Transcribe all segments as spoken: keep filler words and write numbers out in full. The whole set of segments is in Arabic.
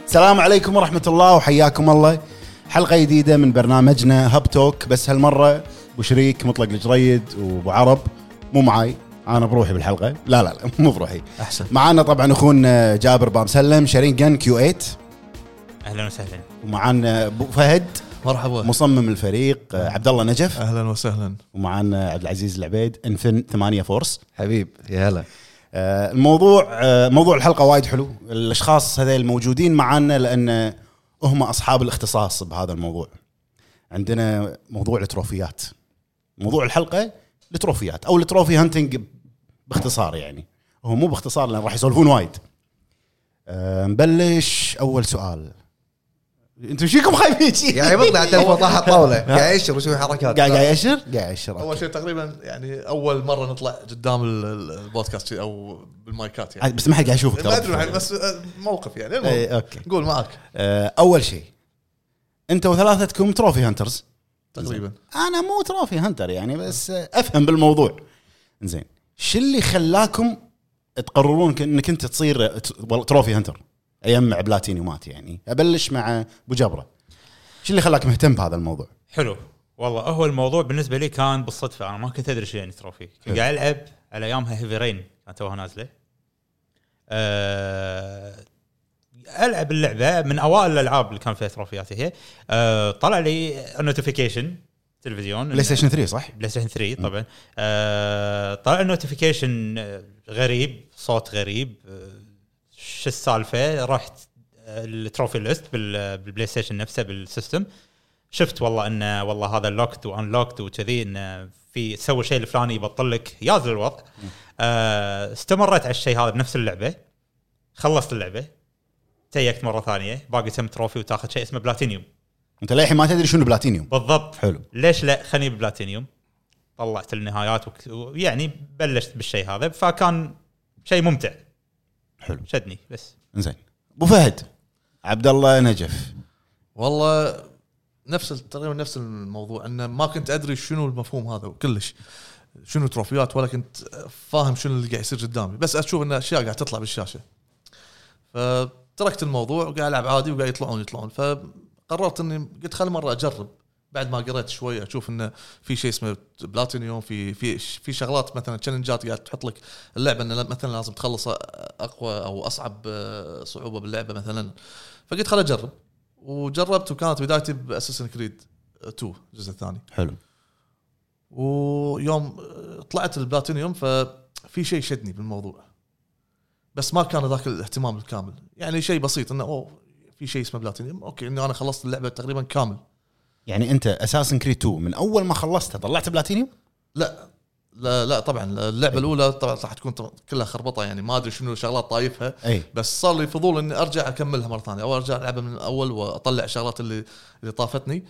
السلام عليكم ورحمة الله وحياكم الله. حلقة جديدة من برنامجنا هب توك، بس هالمرة ابو شريك مطلق الجريد وابو عرب مو معاي، انا بروحي بالحلقة. لا لا لا مو بروحي، احسن. معانا طبعا اخونا جابر بامسلم شرينجن كيو ثمانية. اهلا وسهلا. ومعانا ابو فهد مرحبا مصمم الفريق عبد الله نجف. اهلا وسهلا. ومعانا عبد العزيز العبيد انفن ثمانية فورس. حبيب يا هلا. آه الموضوع آه موضوع الحلقة وايد حلو. الاشخاص هذول الموجودين معانا لان هم اصحاب الاختصاص بهذا الموضوع. عندنا موضوع التروفيات، موضوع الحلقة التروفيات او التروفي هانتنج باختصار، يعني هو مو باختصار لان راح يسولفون وايد. أه نبلش. اول سؤال، انتم شيكم خايفين؟ يعني بطلع تلفون طاح الطاوله قاعد يشر ويسوي حركات. قاعد قاعد يشر قاعد يشر اول شيء تقريبا يعني اول مره نطلع قدام البودكاست او بالمايكات يعني، بس ما حد قاعد يشوفك ما ادري يعني، بس موقف يعني المهم. اي اوكي نقول معك. أه اول شيء، انتوا ثلاثتكم تروفي هانترز تقريبا. انا مو تروفي هانتر يعني، بس افهم بالموضوع. زين، شو اللي خلاكم تقررون انك انت تصير تروفي هانتر ايام بلاتينيومات؟ يعني ابلش مع ابو جبره، شو اللي خلاك مهتم بهذا الموضوع؟ حلو والله. هو الموضوع بالنسبه لي كان بالصدفه، انا ما كنت ادري شو يعني تروفي. كنت قاعد العب على ايامها هيفي رين، كانت توها نازله. أه العب اللعبه من اوائل الالعاب اللي كان فيها تروفيات هي. أه طلع لي نوتيفيكيشن تلفزيون بلاي ستيشن ثري صح؟ بلاي ستيشن ثري طبعا. أه طلع نوتيفيكيشن غريب، صوت غريب. أه شو السالفه؟ رحت التروفي ليست بالبلاي ستيشن نفسه بالسيستم، شفت والله انه والله هذا لوكت وانلوكت وكذي، انه في تسوي شيء الفلاني يبطل لك يازل الوضع. أه استمرت على الشيء هذا بنفس اللعبه، خلصت اللعبه تيكت مره ثانيه، باقي تم تروفي وتاخذ شيء اسمه بلاتينيوم. انت للحين ما تدري شنو بلاتينيوم بالضبط؟ حلو. ليش لا خلني ببلاتينيوم. طلعت النهايات ويعني بلشت بالشيء هذا، فكان شيء ممتع. حلو شدني بس. زين، ابو فهد عبد الله نجف. والله نفس تقريبا نفس الموضوع، ان ما كنت ادري شنو المفهوم هذا وكلش شنو تروفيات، ولا كنت فاهم شنو اللي قاعد يصير قدامي، بس اشوف ان اشياء قاعد تطلع بالشاشه. فتركت الموضوع وقاعد العب عادي وقاعد يطلعون يطلعون فقررت اني قلت خلي مره اجرب. بعد ما قريت شويه اشوف انه في شيء اسمه بلاتينيوم، في في في شغلات مثلا تشالنجات قاعد تحط لك اللعبه ان مثلا لازم تخلص اقوى او اصعب صعوبه باللعبه مثلا. فقلت خلي اجرب، وجربت وكانت بدايتي باساسن كريد تو الجزء الثاني. حلو. ويوم طلعت البلاتينيوم ففي شيء شدني بالموضوع، بس ما كان ذاك الاهتمام الكامل، يعني شيء بسيط انه اوه في شيء اسمه بلاتينيوم، اوكي انه انا خلصت اللعبه تقريبا كامل. يعني انت اساسن كريد تو من اول ما خلصتها طلعت بلاتينيوم؟ لا لا لا طبعا اللعبه الاولى طبعا راح تكون كلها خربطه، يعني ما ادري شنو شغلات طايفها. أي. بس صار لي فضول اني ارجع اكملها مره ثانيه او ارجع العبها من الاول واطلع الشغلات اللي اللي طافتني.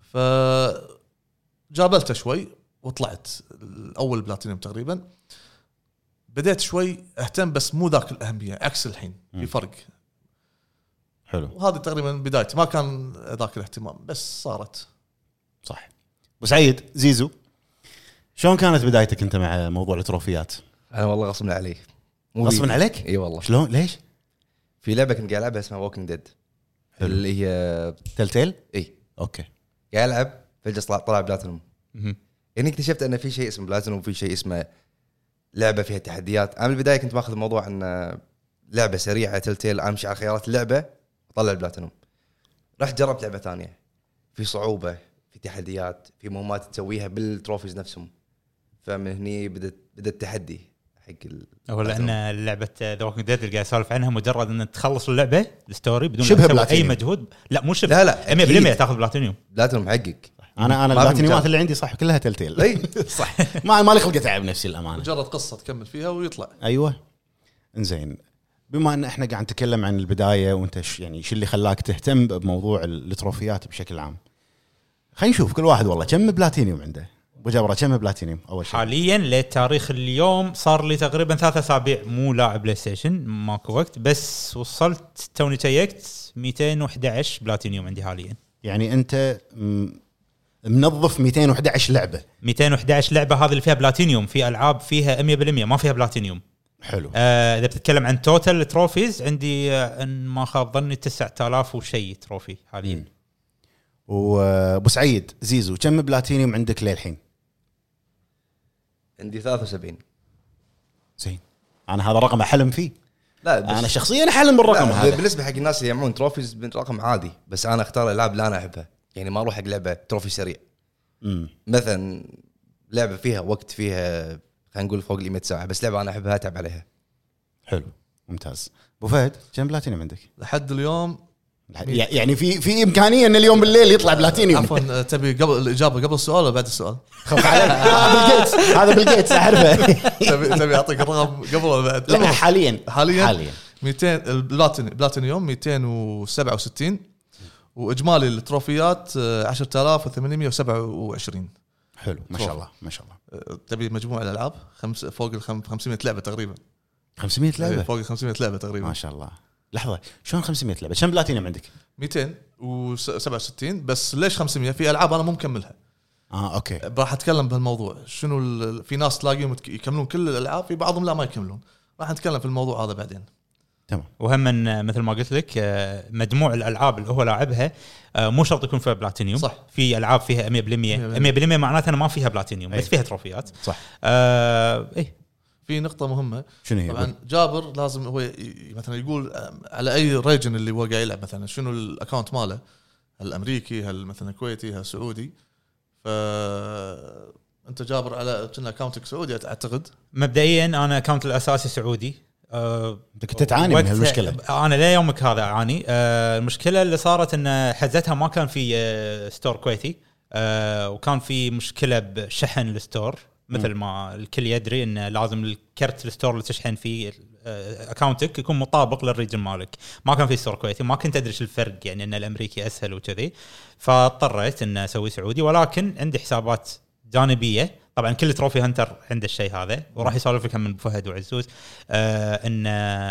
فجابلتها شوي وطلعت الاول بلاتينيوم تقريبا. بديت شوي اهتم بس مو ذاك الاهميه، عكس الحين في فرق. حلو. وهذه تقريبا بدايتي، ما كان ذاك الاهتمام بس صارت. صح. ابو سعيد زيزو، شلون كانت بدايتك انت مع موضوع التروفيات؟ انا والله غصبنا علي. غصبا عليك؟ اي والله. شلون ليش؟ في لعبه كنت قاعد العبها اسمها ووكينج ديد اللي هي تلتيل. اي اوكي. قاعد العب فجاه طلع طلع بلاتينوم. يعني اكتشفت ان في شيء اسمه بلاتينوم وفي شيء اسمه لعبه فيها تحديات. انا بالبدايه كنت ماخذ الموضوع ان لعبه سريعه تلتيل، امشي على خيارات اللعبه وطلع البلاتينوم. رحت جربت لعبه ثانيه في صعوبه، في تحديات، في مهمات تسويها بالتروفيز نفسهم. فمن هني بدت بدت التحدي حق هو لان لعبه ذا ووكينج ديد اللي قاعد اسولف عنها مجرد ان تخلص اللعبه الستوري بدون شبه ما تسوي اي مجهود. لا مو شبه، لا لا مية بالمية تاخذ بلاتينيوم. بلاتينوم حقك. انا انا البلاتينيومات اللي عندي صح كلها تلتيل. اي صح. ما ما لي خلق اتعب نفسي الامانه، مجرد قصه تكمل فيها ويطلع. ايوه. انزين، بما ان احنا قاعد نتكلم عن البدايه وانت ش يعني شو اللي خلاك تهتم بموضوع التروفيات بشكل عام، خلينا نشوف كل واحد والله كم بلاتينيوم عنده. ابو جبره كم بلاتينيوم اول شيء؟ حاليا لتاريخ اليوم صار لي تقريبا ثلاثة اسابيع مو لاعب بلاي ستيشن، ماكو وقت، بس وصلت توني تيكت مئتين وإحدى عشر بلاتينيوم عندي حاليا. يعني انت منظف مئتين وإحدى عشر لعبه. مئتين وإحدى عشر لعبه هذه اللي فيها بلاتينيوم، في العاب فيها مية بالمية ما فيها بلاتينيوم. حلو. آه اذا بتتكلم عن توتال تروفيز عندي آه ان ما خاب ظني تسعة آلاف وشيء تروفي حاليا. وابو سعيد زيزو كم بلاتينيوم عندك للحين؟ عندي ثلاثة وسبعين. زين. انا هذا رقم احلم فيه. لا بس انا شخصيا احلم بالرقم لا هذا. بالنسبه حق الناس اللي يجمعون تروفيز رقم عادي، بس انا اختار الالعاب اللي انا احبها. يعني ما اروح حق لعبه تروفي سريع. امم مثلا لعبه فيها وقت، فيها خلينا نقول فوق ال مية ساعه، بس لعبه انا احبها اتعب عليها. حلو ممتاز. ابو فهد كم بلاتينيوم عندك؟ لحد اليوم يعني في في امكانيه ان اليوم بالليل يطلع بلاتينيوم. عفوا تبي قبل الاجابه قبل السؤال ولا بعد السؤال؟ خوف عليك. هذا بالجيتس، هذا بالجيتس اعرفه. تبي تبي اعطيك الرقم قبل ولا بعد؟ لا حاليا حاليا حاليا مئتين البلاتيني بلاتينيوم مئتين وسبعة وستين، واجمالي التروفيات عشرة آلاف وثمانمئة وسبعة وعشرين. حلو ما شاء الله ما شاء الله. تبي مجموع الالعاب خمس فوق ال خمسمئة لعبه تقريبا. خمسمئة لعبه فوق ال خمسمئة لعبه تقريبا ما شاء الله. لحظه شلون خمسمئة لعبه؟ كم بلاتينيوم عندك؟ مئتين وسبعة وستين. بس ليش خمسمئة؟ في العاب انا مو مكملها. اه اوكي. راح اتكلم بهالموضوع. شنو ال... في ناس تلاقيهم يكملون كل الالعاب، في بعضهم لا ما يكملون. راح نتكلم في الموضوع هذا بعدين. تمام. وهم من مثل ما قلت لك مجموع الالعاب اللي هو لاعبها مو شرط يكون فيها بلاتينيوم. صح. في العاب فيها مية بالمية مية بالمية معناته ما فيها بلاتينيوم بس فيها تروفيات. صح. آه ايه في نقطة مهمة. شنو هي؟ طبعا جابر لازم هو ي- مثلا يقول على اي ريجن اللي هو قاعد يلعب، مثلا شنو الاكونت ماله، هل امريكي، هل مثلا كويتي، هل سعودي. ف انت جابر على كنا اكونتك سعودي اعتقد. مبدئيا انا اكونت الاساسي سعودي. أه انت كنت تعاني من هالمشكله؟ انا لا يومك هذا اعاني. أه المشكله اللي صارت ان حزتها ما كان في أه ستور كويتي. أه وكان في مشكله بشحن الستور، مثل ما الكل يدري ان لازم الكرت الستور اللي تشحن فيه اكاونتك يكون مطابق للريجن مالك. ما كان في ستور كويتي، ما كنت ادري الفرق، يعني ان الامريكي اسهل وكذي، فاضطريت ان اسوي سعودي. ولكن عندي حسابات جانبيه. طبعا كل تروفي هانتر عنده الشيء هذا، وراح يسولف لكم من فهد وعزوز آه ان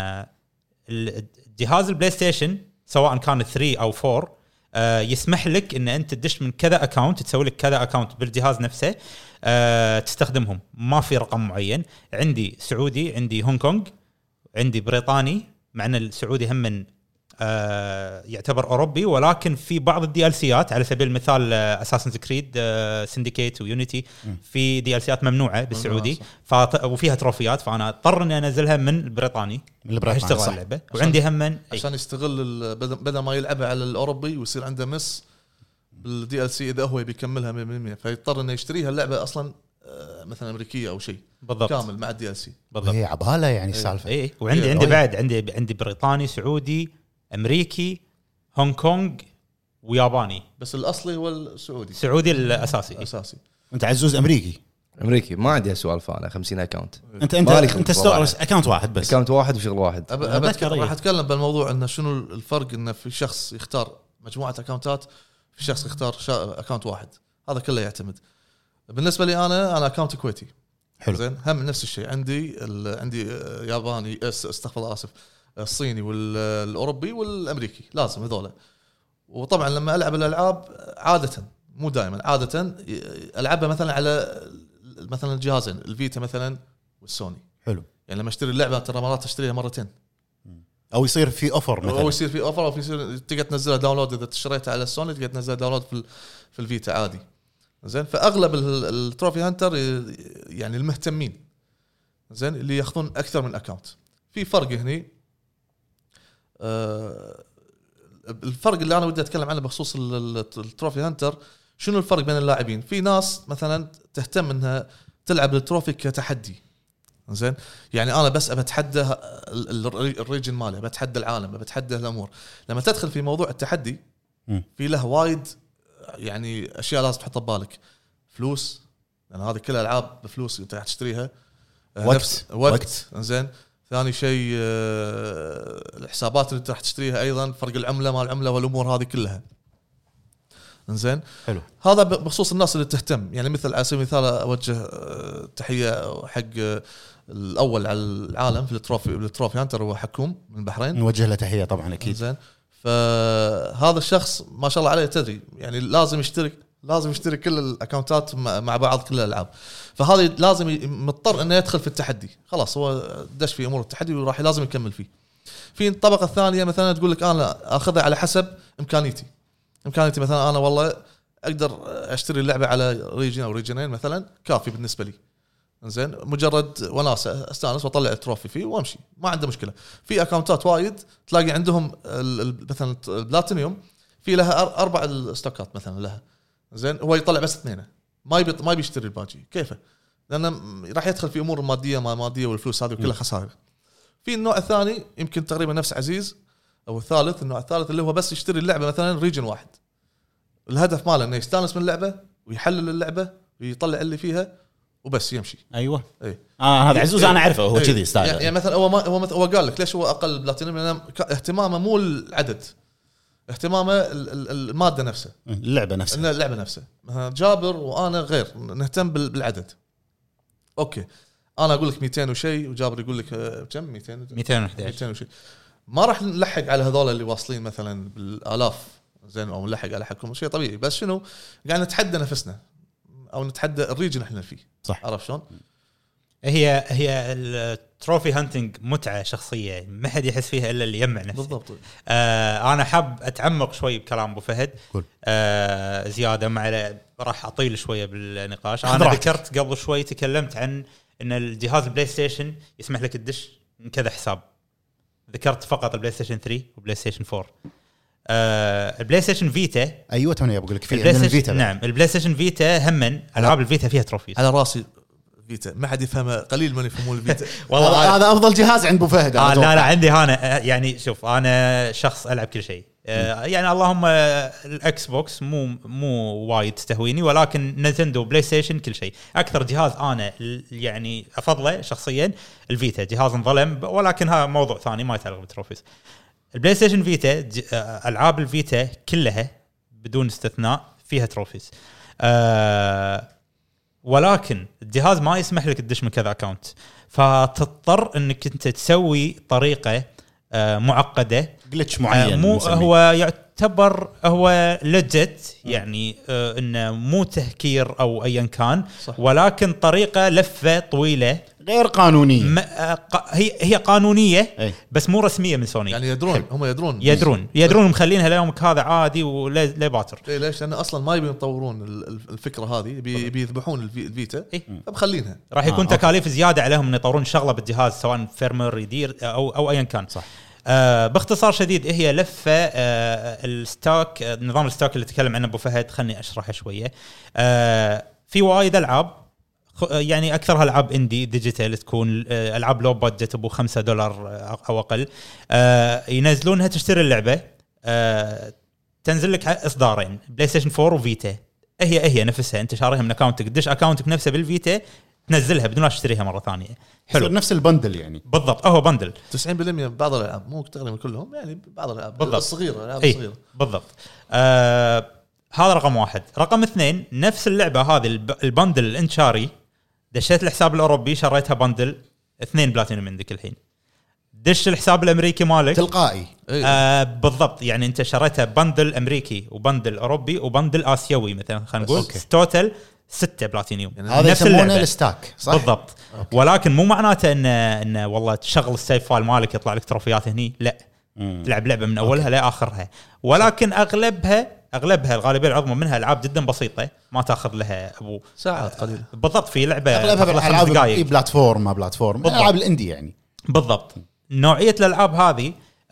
الجهاز البلاي ستيشن سواء كان ثلاثة او أربعة آه يسمح لك ان انت تدش من كذا اكاونت، تسوي لك كذا اكاونت بالجهاز نفسه آه تستخدمهم. ما في رقم معين. عندي سعودي، عندي هونغ كونغ، عندي بريطاني، مع ان السعودي هم من آه يعتبر اوروبي، ولكن في بعض الدي ال سيات على سبيل المثال اساسنز كريد سنديكيت ويونيتي في دي ال سيات ممنوعه بالسعودي، فط... وفيها تروفيات، فانا اضطر اني انزلها من البريطاني من البريطاني اشتغل اللعبه. وعندي هم من عشان يستغل ال- بدل بدل ما يلعبها على الاوروبي ويصير عنده مس بالدي ال سي اذا هو بيكملها مية بالمية، فيضطر انه يشتريها اللعبه اصلا آه، مثلا امريكيه او شيء بالضبط كامل مع الدي ال سي. بالضبط. هي عباله يعني السالفه. اي وعندي إيه. عندي بعد عندي عندي بريطاني، سعودي، امريكي، هونغ كونغ وياباني. بس الاصلي هو السعودي سعودي الاساسي. الاساسي. انت عزوز امريكي. امريكي ما عندي سؤال فانا خمسين اكونت. انت انت مالي خمسة انت ستور واحد. اكونت واحد بس. اكونت واحد وشغل واحد. أب- أنا أب- أذكر إيه. راح اتكلم بالموضوع انه شنو الفرق، انه في شخص يختار مجموعه اكونتات، في شخص يختار شا... اكونت واحد. هذا كله يعتمد. بالنسبه لي انا انا اكونت كويتي. حلو. زين هم نفس الشيء. عندي ال... عندي آه، ياباني أس- استغفر الله اسف الصيني والاوروبي والامريكي، لازم هذولا. وطبعا لما العب الالعاب عاده مو دائما عاده العبها مثلا على مثلا الجهازين الفيتا مثلا والسوني. حلو. يعني لما اشتري اللعبه ترى مرات اشتريها مرتين، او يصير في اوفر او مثلا. يصير في اوفر، او في يصير تقدر تنزلها داونلود. اذا اشتريتها على السوني تقدر تنزلها داونلود في ال- في الفيتا عادي. زين. فاغلب ال- التروفي هانتر يعني المهتمين زين اللي ياخذون اكثر من اكونت. في فرق هني. آه الفرق اللي انا ودي اتكلم عنه بخصوص ال- ال- التروفي هانتر، شنو الفرق بين اللاعبين؟ في ناس مثلا تهتم انها تلعب التروفي كتحدي. زين. يعني انا بس ابى اتحدى ال- ال- الريجن مالي، بتحدى العالم، بتحدى الامور. لما تدخل في موضوع التحدي مم. في له وايد يعني اشياء لازم تحطها ببالك. فلوس، لان يعني هذه كلها العاب بفلوس انت راح تشتريها. وقت. نفس وقت, وقت. زين. ثاني شيء آه، الحسابات اللي انت راح تشتريها ايضا، فرق العمله مال العمله والامور هذه كلها. زين. حلو. هذا بخصوص الناس اللي تهتم. يعني مثل على سبيل المثال اوجه آه، تحيه حق آه، الاول على العالم في التروفي التروفي هانتر هو حكوم من البحرين. نوجه له تحيه طبعا اكيد. زين. فهذا الشخص ما شاء الله عليه تدري يعني لازم يشترك لازم يشتري كل الاكونتات مع بعض كل الالعاب. فهذا لازم مضطر انه يدخل في التحدي. خلاص هو دش في امور التحدي وراح لازم يكمل فيه. في الطبقه الثانيه مثلا تقول لك انا اخذها على حسب امكانيتي. امكانيتي مثلا انا والله اقدر اشتري اللعبه على ريجن او ريجنين مثلا كافي بالنسبه لي. زين مجرد وناسه استانس واطلع التروفي فيه وامشي ما عنده مشكله. في اكونتات وايد تلاقي عندهم مثلا البلاتينيوم في لها اربع الستوكات مثلا لها. زين هو يطلع بس اثنين ما يبي ما بيشتري الباقي كيفه لانه راح يدخل في امور الماديه ما ماديه والفلوس هذه كلها خسائر. في النوع الثاني يمكن تقريبا نفس عزيز او الثالث. النوع الثالث اللي هو بس يشتري اللعبه مثلا ريجن واحد. الهدف ماله انه يستانس من اللعبه ويحلل اللعبه ويطلع اللي فيها وبس يمشي. ايوه ايه. اه هذا عزوز انا اعرفه هو كذي ستايل. يعني, يعني مثلا هو ما هو هو قال لك ليش هو اقل بلاتينيوم لان اهتمامه مو العدد اهتمامه الماده نفسها اللعبه نفسها اللعبه نفسها. مثلا جابر وانا غير نهتم بالعدد. اوكي انا اقول لك مئتين وشيء وجابر يقول لك كم مئتين مئتين وأحد عشر مئتين وشيء. ما راح نلحق على هذول اللي واصلين مثلا بالالاف زين او نلحق على حكم شيء طبيعي. بس شنو قاعد نتحدى نفسنا او نتحدى الريجن احنا فيه. صح عرف شلون؟ هي هي التروفي هانتنج متعه شخصيه ما حد يحس فيها الا اللي يجمع نفسه بالضبط. آه انا حاب اتعمق شوي بكلام ابو فهد آه زياده مع راح اطيل شويه بالنقاش. انا ذكرت قبل شوي تكلمت عن ان الجهاز البلاي ستيشن يسمح لك تدش من كذا حساب. ذكرت فقط البلاي ستيشن ثري وبلاي ستيشن فور. آه البلاي ستيشن فيتا ايوه توني بقول لك فيه الفيتا. نعم البلاي ستيشن فيتا همن العاب الفيتا فيها تروفيز على راسي. فيتا ما حد يفهمه قليل من يفهمون الفيتا. والله هذا افضل جهاز عند ابو فهد. آه لا لا عندي انا يعني شوف انا شخص العب كل شيء آه يعني اللهم الاكس بوكس مو مو وايد تستهويني ولكن نينتندو بلاي ستيشن كل شيء. اكثر جهاز انا يعني افضله شخصيا الفيتا. جهاز انظلم ولكن هذا موضوع ثاني ما يتعلق بالتروفيز. البلاي ستيشن فيتا العاب الفيتا كلها بدون استثناء فيها تروفيز آه ولكن الجهاز ما يسمح لك تدش من كذا اكاونت. فتضطر انك انت تسوي طريقه آه معقده جلتش معين آه مو هو يعتبر هو لجت يعني آه انه مو تهكير او ايا كان صح. ولكن طريقه لفه طويله غير قانونيه. هي هي قانونيه أي. بس مو رسميه من سوني. يعني يدرون هم يدرون يدرون يدرون مخلينها ليومك هذا عادي ولا باطر. إيه ليش؟ لأن أصلا ما يبي يطورون الفكرة هذه بيذبحون الفيتا إيه؟ فبخلينها راح يكون آه تكاليف زيادة عليهم إن يطورون شغلة بالجهاز سواء فيرمر يدير أو أو أيا كان. صح. آه باختصار شديد هي لفة آه الستوك آه نظام الستوك اللي تكلم عنه أبو فهد. خلني أشرحه شوية. آه في وايد ألعاب يعني أكثرها ألعاب إندي ديجيتال تكون ألعاب لو بادجت أبو خمسة دولار أو أقل آه ينزلونها تشتري اللعبة آه تنزل لك إصدارين بلاي ستيشن فور وفيتا. هي هي نفسها أنت شاريها من أكاونتك دش أكاونتك نفسه بالفيتا تنزلها بدون لا تشتريها مرة ثانية. حلو نفس البندل يعني بالضبط. هو بندل تسعين بالمئة بعض الألعاب مو تقريبا كلهم يعني بعض الألعاب الصغيرة الألعاب ايه الصغيرة بالضبط. آه هذا رقم واحد. رقم اثنين نفس اللعبة هذه البندل الانشاري دشيت الحساب الأوروبي شريتها بندل اثنين بلاتينيوم من ذيك الحين. دش الحساب الأمريكي مالك تلقائي آه بالضبط. يعني أنت شريتها بندل أمريكي وبندل أوروبي وبندل آسيوي مثلا خلينا نقول توتال ستة بلاتينيوم يعني هذا يسمونه الستاك صح بالضبط. أوكي. ولكن مو معناته إن إن والله تشغل السيف فايل مالك يطلع لك تروفيات هني لا مم. تلعب لعبة من أولها لآخرها. ولكن أغلبها أغلبها الغالبية العظمى منها ألعاب جدا بسيطة ما تاخذ لها أبو ساعات قليلة. بالضبط. في لعبة أغلبها ألعاب إي بلاتفورم ما بلاتفورم ألعاب الإندي يعني بالضبط. نوعية الألعاب هذه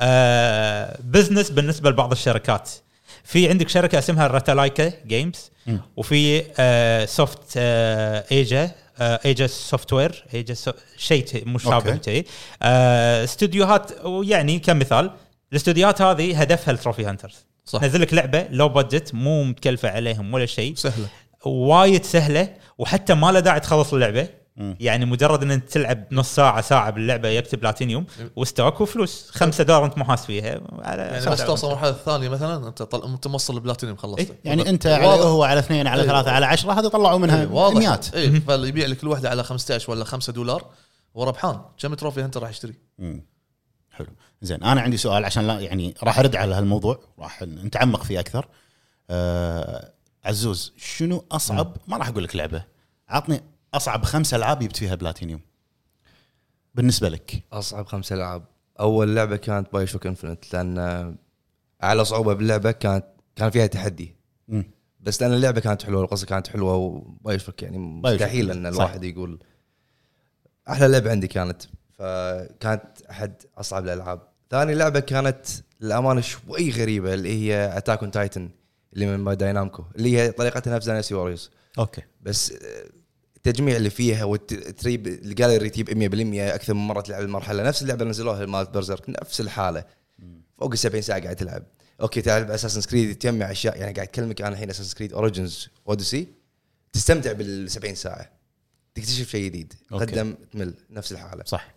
آه بزنس بالنسبة لبعض الشركات. في عندك شركة اسمها راتالايكا جيمز وفي آه سوفت آه ايجا آه ايجا سوفت وير ايجا سو شيء مشابه شيء آه استوديوهات. ويعني كمثال الاستوديوهات هذه هدفها التروفي هانترز. نزل لك لعبة لو بادجت مو متكلفة عليهم ولا شيء سهلة وايد سهلة وحتى ما له داعي تخلص اللعبة. م. يعني مجرد ان انت تلعب نص ساعة ساعة باللعبة يكتب بلاتينيوم وستوك وفلوس خمسة دولار انت محاس فيها على يعني بس توصل مرحلة الثانية مثلا انت طل... انت موصل البلاتينيوم خلصت إيه؟ يعني انت على هو على اثنين على ثلاثة على عشرة هذه طلعوا منها مئات ايه فاللي يبيع لك الوحدة على خمسة عشر ولا خمسة دولار وربحان كم تروفي انت راح يشتري. م. حلو زين. انا عندي سؤال عشان لا يعني راح ارد على هالموضوع راح نتعمق فيه اكثر. أه عزوز شنو اصعب ما راح اقول لك لعبه عطني اصعب خمس العاب جبت فيها بلاتينيوم بالنسبه لك اصعب خمس العاب اول لعبه كانت باي شوك انفنت لان اعلى صعوبه باللعبه كانت كان فيها تحدي م. بس لان اللعبه كانت حلوه القصه كانت حلوه وباي شوك يعني مستحيل ان الواحد صح. يقول احلى لعبه عندي كانت فكانت احد اصعب الالعاب. ثاني لعبه كانت للامانه شوي غريبه اللي هي اتاك اون تايتن اللي من باي داينامكو اللي هي طريقتها نفس دايناسي واريوز اوكي بس التجميع اللي فيها والتريب الجاليري تجيب مية بالمية اكثر من مره تلعب المرحله نفس اللعبه اللي نزلوها مالت برزيرك نفس الحاله فوق سبعين ساعه قاعد تلعب. اوكي تلعب اساسن كريد تجمع اشياء يعني قاعد اكلمك انا الحين اساسن كريد اوريجنز اوديسي تستمتع بالسبعين ساعه تكتشف شيء جديد قدم تمل نفس الحاله صح.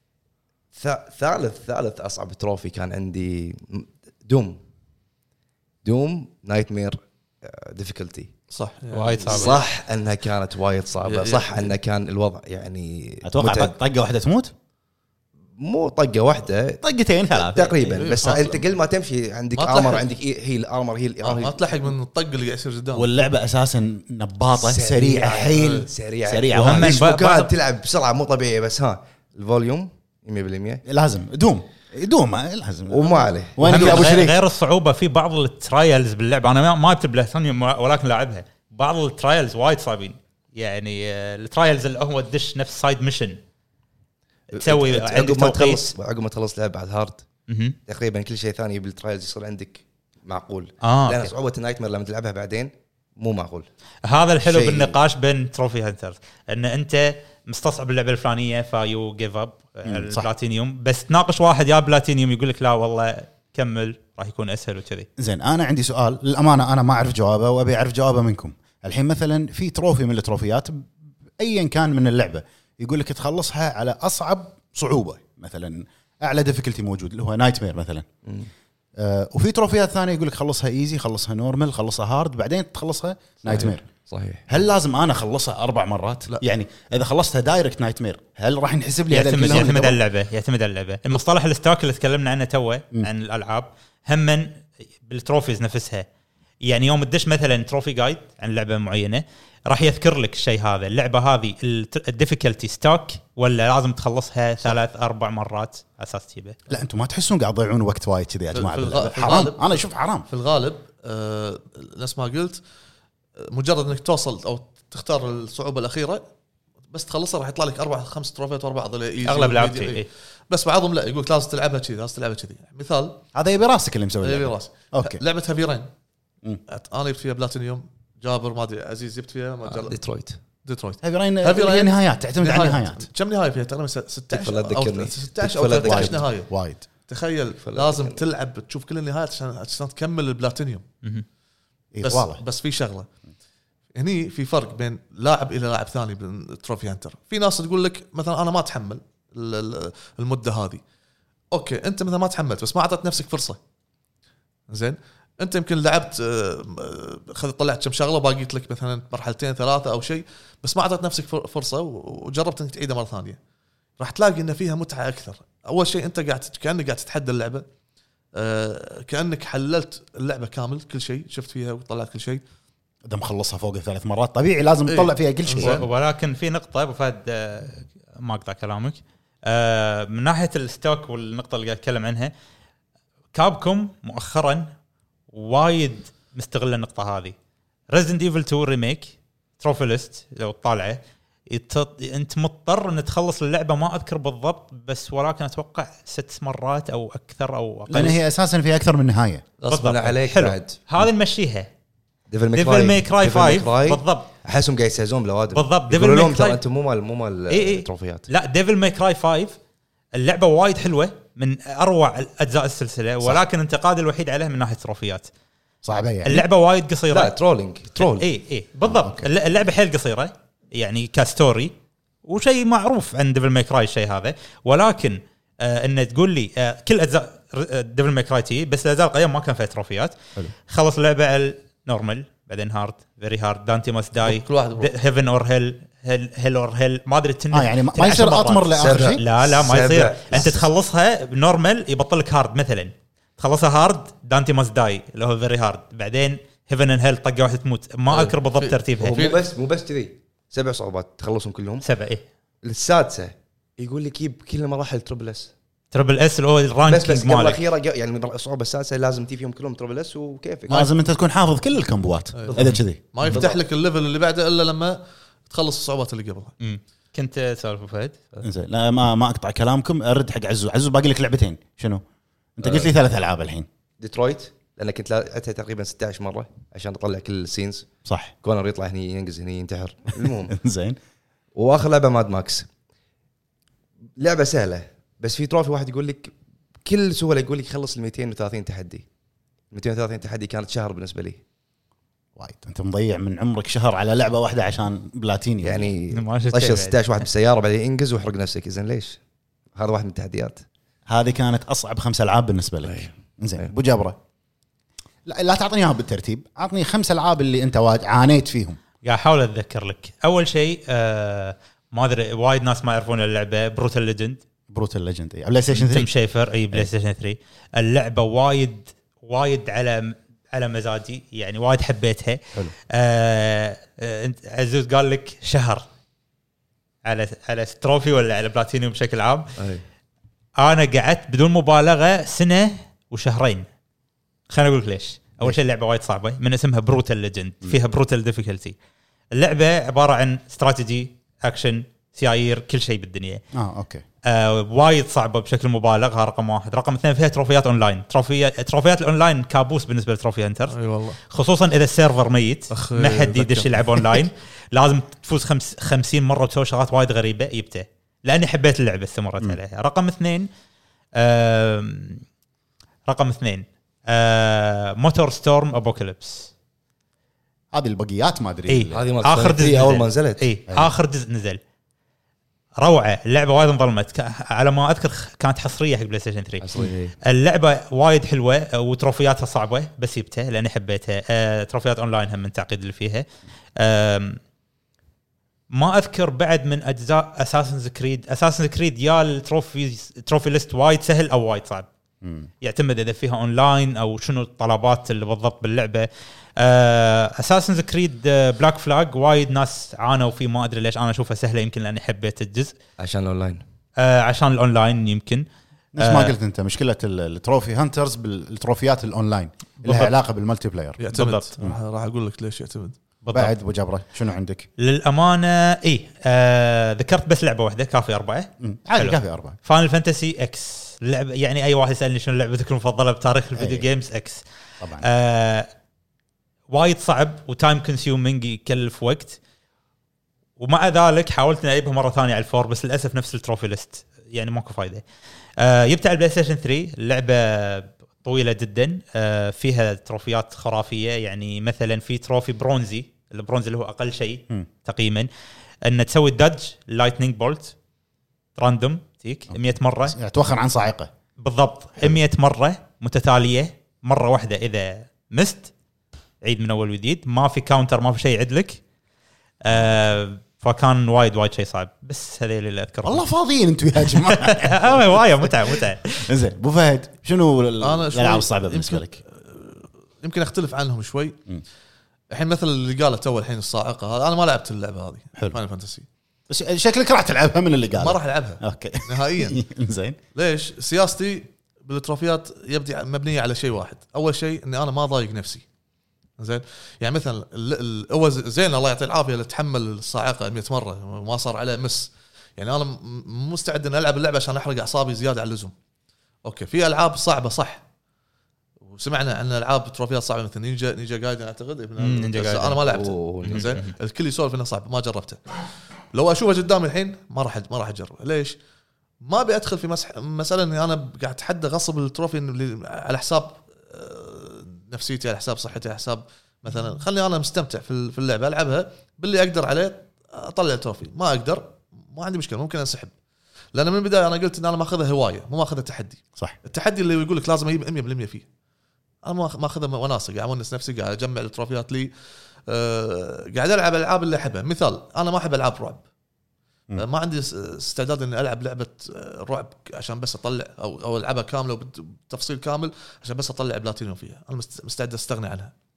ثالث ثالث اصعب تروفي كان عندي دوم دوم نايت مير ديفيكولتي صح وايد صعبه صح انها كانت وايد صعبه صح انه كان الوضع يعني اتوقع طقه واحده تموت مو طقه واحده طقتين ثلاثه تقريبا بس انت كل ما تمشي عندك ارمر عندك هيل ارمر هيل ما تلحق من الطق اللي قاعد يصير قدام واللعبه اساسا نباطه سريعه حيل سريعه سريعه وهم مكان تلعب بسرعه مو طبيعيه بس ها الفوليوم مية بالمية لازم دوم دوم لازم وما عليه وين ابو شريك غير الصعوبه في بعض الترايلز باللعبه انا ما جبت بلاتينيوم ولكن لاعبها بعض الترايلز وايد صعبين يعني الترايلز اللي هو تدش نفس سايد ميشن تسوي عقب ما تخلص عقب ما تخلص لعبه على الهارد تقريبا كل شيء ثاني بالترايلز يصير عندك معقول آه لان صعوبه النايت مير لما تلعبها بعدين مو معقول. هذا الحلو بالنقاش بين تروفي هانترز ان انت مستصعب اللعبه الفلانيه فيو جيف اب البلاتينيوم بس تناقش واحد يا بلاتينيوم يقول لك لا والله كمل راح يكون اسهل وكذي. زين انا عندي سؤال للامانه انا ما اعرف جوابه وابي اعرف جوابه منكم. الحين مثلا في تروفي من التروفيات ايا كان من اللعبه يقول لك تخلصها على اصعب صعوبه مثلا اعلى ديفيكولتي موجود اللي هو نايت مير مثلا آه وفي تروفيات ثانيه يقول لك خلصها ايزي خلصها نورمال خلصها هارد بعدين تخلصها نايت مير. صحيح. هل لازم انا اخلصها اربع مرات؟ لا. يعني اذا خلصتها دايركت نايت مير هل راح ينحسب لي هذا يعتمد يعتمد على اللعبه يعتمد على اللعبه. المصطلح الستاك اللي تكلمنا عنه توه عن الالعاب هم بالتروفيز نفسها يعني يوم تدش مثلا تروفي جايد عن لعبه معينه راح يذكر لك الشيء هذا اللعبه هذه الديفيكولتي ستاك ولا لازم تخلص ثلاث اربع مرات اساس تجيبه. لا انتم ما تحسون قاعد تضيعون وقت وايد كذي يا جماعه حرام انا اشوف حرام في الغالب آه نفس ما قلت مجرد انك توصل او تختار الصعوبه الاخيره بس تخلصها راح يطلع لك اربع خمس تروفيات ورا بعض اغلب لعبتي إيه. بس بعضهم لا يقولك لازم تلعبها كذي لازم تلعبها كذي. مثال هذا يبي راسك اللي مسوي يبي راسك اوكي لعبه هافي رين انا جبت فيها بلاتينيوم جابر ما ادري عزيز جبت فيها ما آه ديترويت ديترويت هافي رين هي نهايات تعتمد على النهايات كم نهايه فيها تقريبا ستة عشر او ستة عشر او ثلاثة عشر نهايه وايد تخيل لازم تلعب تشوف كل النهايات عشان عشان تكمل البلاتينيوم بس واضح. بس في شغله هني في فرق بين لاعب الى لاعب ثاني بالتروفي هانتر. في ناس تقول لك مثلا انا ما اتحمل المده هذه اوكي انت مثلا ما تحملت بس ما اعطيت نفسك فرصه زين انت يمكن لعبت خذ طلعت كم شغله باقيت لك مثلا مرحلتين ثلاثه او شيء بس ما اعطيت نفسك فرصه وجربت انك تعيدها مره ثانيه راح تلاقي ان فيها متعه اكثر. اول شيء انت قاعد كانك قاعد تتحدى اللعبه كانك حللت اللعبه كامل كل شيء شفت فيها وطلعت كل شيء اذا مخلصها فوق ثلاث مرات طبيعي لازم تطلع فيها كل شيء. ولكن في نقطه ابو فهد ما اقطع كلامك من ناحيه الستوك والنقطه اللي قاعد اتكلم عنها كابكوم مؤخرا وايد مستغل النقطه هذه. ريزيدنت ايفل تو ريميك تروفي ليست لو تطالعه انت مضطر ان تخلص اللعبه ما اذكر بالضبط بس ولكن اتوقع ست مرات او اكثر او اقل لان هي اساسا في اكثر من نهايه غصبا عليك بعد هذه نمشيها ديفل ماي كراي خمسة بالضبط احسهم قاعد يسازون بالوادم بالضبط ديفل ماي كراي انتم مو مال مو مال التروفيات لا ديفل ماي كراي خمسة اللعبه وايد حلوه من اروع اجزاء السلسله ولكن انت قاد الوحيد عليها من ناحيه تروفيات صعبه يعني اللعبه وايد قصيره لا ترولينج ترول اي اي بالضبط آه، اللعبه حيل قصيره يعني كاستوري وشيء معروف عن ديفل ماي كراي الشيء هذا ولكن آه ان تقول لي آه كل اجزاء ديفل ماي كراي تي بس الاجزاء القديمه ما كان فيها تروفيات خلص اللعبه على النورمال بعدين هارد فيري هارد دانتي ماست داي هيفن اور هيل هيل اور هيل ما ادري تن اه يعني ما يصير اطمر لاخر شيء لا لا ما يصير انت تخلصها نورمال يبطل لك هارد مثلا تخلصها هارد دانتي ماست داي اللي هو فيري هارد بعدين هيفن اند هيل طقه واحده تموت ما اذكر بالضبط في- ترتيبها مو بس مو بس كذي سبع صعوبات تخلصهم كلهم. سبعه ايه السادسه يقول لك يجيب كل مراحل تربل اس تربل اس اللي هو بس بس الرانكينج قبل مالك الاخيره ق- يعني الصعوبه السادسه لازم تي فيهم كلهم تربل اس وكيفك. لازم انت تكون حافظ كل الكمبوات اذا كذي. ما يفتح لك الليفل اللي بعده الا لما تخلص الصعوبات اللي قبلها. مم. كنت سالفه فهد زين لا ما ما اقطع كلامكم، ارد حق عزو. عزو باقي لك لعبتين شنو؟ انت قلت لي ثلاث العاب الحين ديترويت لان كنت لعبتها تقريبا ستة عشر مره عشان اطلع كل السينز. صح؟ كونر يطلع هني ينقز هني ينتحر. المهم زين. واخر لعبه ماد ماكس. لعبه سهله بس في تروفي واحد يقول لك كل سهوله يقول لك خلص ال مئتين وثلاثين تحدي. مئتين وثلاثين تحدي كانت شهر بالنسبه لي وايد انت مضيع من عمرك شهر على لعبه واحده عشان بلاتينيوم. يعني ما شفت طشر شيء ستة عشر واحد بالسياره بعدين انقز واحرق نفسك. زين ليش؟ هذا واحد من التحديات. هذه كانت اصعب خمس العاب بالنسبه لك. زين أي. ابو جبره، لا لا تعطيني اياها بالترتيب، اعطني خمس العاب اللي انت وايد عانيت فيهم. قاعد احاول اتذكر لك. اول شيء آه ما ادري وايد ناس ما يعرفون اللعبه بروتال ليجند بروتال ليجند اي بلاي ستيشن تيم ثري. شيفر اي بلاي ستيشن ثري. اللعبه وايد وايد على على مزاجي يعني وايد حبيتها. حلو. آه آه، انت عزوز قال لك شهر على على تروفي ولا على بلاتينيوم بشكل عام. أي. انا قعدت بدون مبالغه سنه وشهرين. خليني اقول لك ليش. اول شيء اللعبه وايد صعبه من اسمها بروتال ليجند فيها بروتال ديفيكولتي. اللعبه عباره عن استراتيجي اكشن سيايير كل شيء بالدنيا. اه اوكي. آه وايد صعبه بشكل مبالغ. ها رقم واحد. رقم اثنين فيها تروفيات اونلاين. تروفيات تروفيات الاونلاين كابوس بالنسبه لتروفي هانتر. اي والله خصوصا اذا السيرفر ميت أخ، ما حد أتذكر. يدش يلعب اونلاين. لازم تفوز خمس خمسين مره وتسوي شغلات وايد غريبه يبته لاني حبيت اللعبه استمرت عليها. رقم اثنين آم، رقم اثنين آه موتور ستورم ابوكاليبس. هذه البقيات ما ادري. اي هذه مالت اخر سونيك جزء ثري أول نزل. ما نزلت. اي أي. اخر جزء نزل روعه. اللعبه وايد انظلمت ك- على ما اذكر كانت حصريه حق بلاي ستيشن ثري. حصري. اللعبه وايد حلوه وتروفياتها صعبه بس جبتها لاني حبيتها. آه، تروفيات اونلاين هم من التعقيد اللي فيها. آم، ما اذكر بعد من اجزاء اساسنز كريد. اساسنز كريد يا التروفي تروفي ليست وايد سهل او وايد صعب. مم. يعتمد اذا فيها اونلاين او شنو الطلبات اللي بالضبط باللعبه. اساسنز كريد بلاك فلاج وايد ناس عانوا فيه ما ادري ليش. انا اشوفها سهله يمكن لاني حبيت الجزء عشان الاونلاين. آه، عشان الاونلاين يمكن. نفس ما آه. قلت انت مشكله ال- التروفي هانترز بالتروفيات الاونلاين لها بالضبط. علاقه بالمالتي بلاير. يعتمد. بالضبط. راح راح اقول لك ليش يعتمد. بالضبط. بعد ابو جبره شنو عندك؟ للامانه اي آه ذكرت بس لعبه واحده كافي اربعه. مم. عادي حلو. كافي اربعه. فاينل فانتسي اكس. لعبه يعني اي واحد يسالني شنو لعبتك المفضله بتاريخ الفيديو أي. جيمز اكس. طبعا. آه وايد صعب وتايم كونسيومينج يكلف وقت. ومع ذلك حاولت اني اجيبها مره ثانيه على الفور بس للاسف نفس التروفي ليست يعني ماكو فايده. آه جبت على البلاي ستيشن ثري. اللعبه طويله جدا آه فيها تروفيات خرافيه. يعني مثلا في تروفي برونزي. البرونزي اللي هو اقل شيء مم. تقييما ان تسوي دادج لايتنينج بولت راندوم تيك مئة مره يعني توخر عن صاعقه. بالضبط مئة مره متتاليه. مره واحده اذا مست عيد من اول وجديد. ما في كاونتر ما في شيء يعدلك. آه فكان وايد وايد شيء صعب. بس هذول اللي اذكرهم. والله فاضيين انتم يا جماعه. آه وايد متعه متعه. زين ابو فهد شنو ال- أنا شوي- الالعاب الصعبه بالنسبه يمكن- لك؟ يمكن اختلف عنهم شوي. مم. الحين مثل اللي قاله تو الحين الصاعقه هذا انا ما لعبت اللعبه هذه. حلو. فاينل فانتسي بس شكلك راح تلعبها من اللي قال. ما راح العبها اوكي نهائيا. زين. ليش؟ سياستي بالتروفيات يبدي مبنيه على شيء واحد. اول شيء اني انا ما ضايق نفسي. زين يعني مثلا ال- ال- هو زين الله يعطيه العافيه اللي تحمل الصاعقه مئة مره وما صار عليه مس. يعني انا م- مستعد ان العب اللعبه عشان احرق اعصابي زياده عن اللزوم. اوكي في العاب صعبه صح. وسمعنا عن العاب تروفيات صعبه مثل نينجا نينجا جايدن اعتقد. مم، نينجا بس جايدن. انا ما لعبته. أوه، زين الكل يسولف انه صعب ما جربته. لو اشوفه قدامي الحين ما راح ما راح اجربه. ليش؟ ما ابي ادخل في مسح مساله اني انا قاعد اتحدى غصب التروفي اللي على حساب آه، نفسيتي على حساب صحتي على حساب مثلا. خلني انا مستمتع في في اللعبه العبها باللي اقدر عليه اطلع التروفي. ما اقدر ما عندي مشكله ممكن انسحب. لان من البدايه انا قلت ان انا ماخذها هوايه مو ماخذها تحدي. صح. التحدي اللي يقول لك لازم اجيب مية بالمية فيه انا ما ماخذها وناسه. قاعد اونس نفسي قاعد اجمع التروفيات لي. أه قاعد العب الالعاب اللي احبها. مثال انا ما احب العاب رعب. م. ما عندي استعداد اني العب لعبه رعب عشان بس اطلع او او العبها كامله وبتفصيل كامل عشان بس اطلع بلاتينيوم فيها. انا مستعد استغني عنها.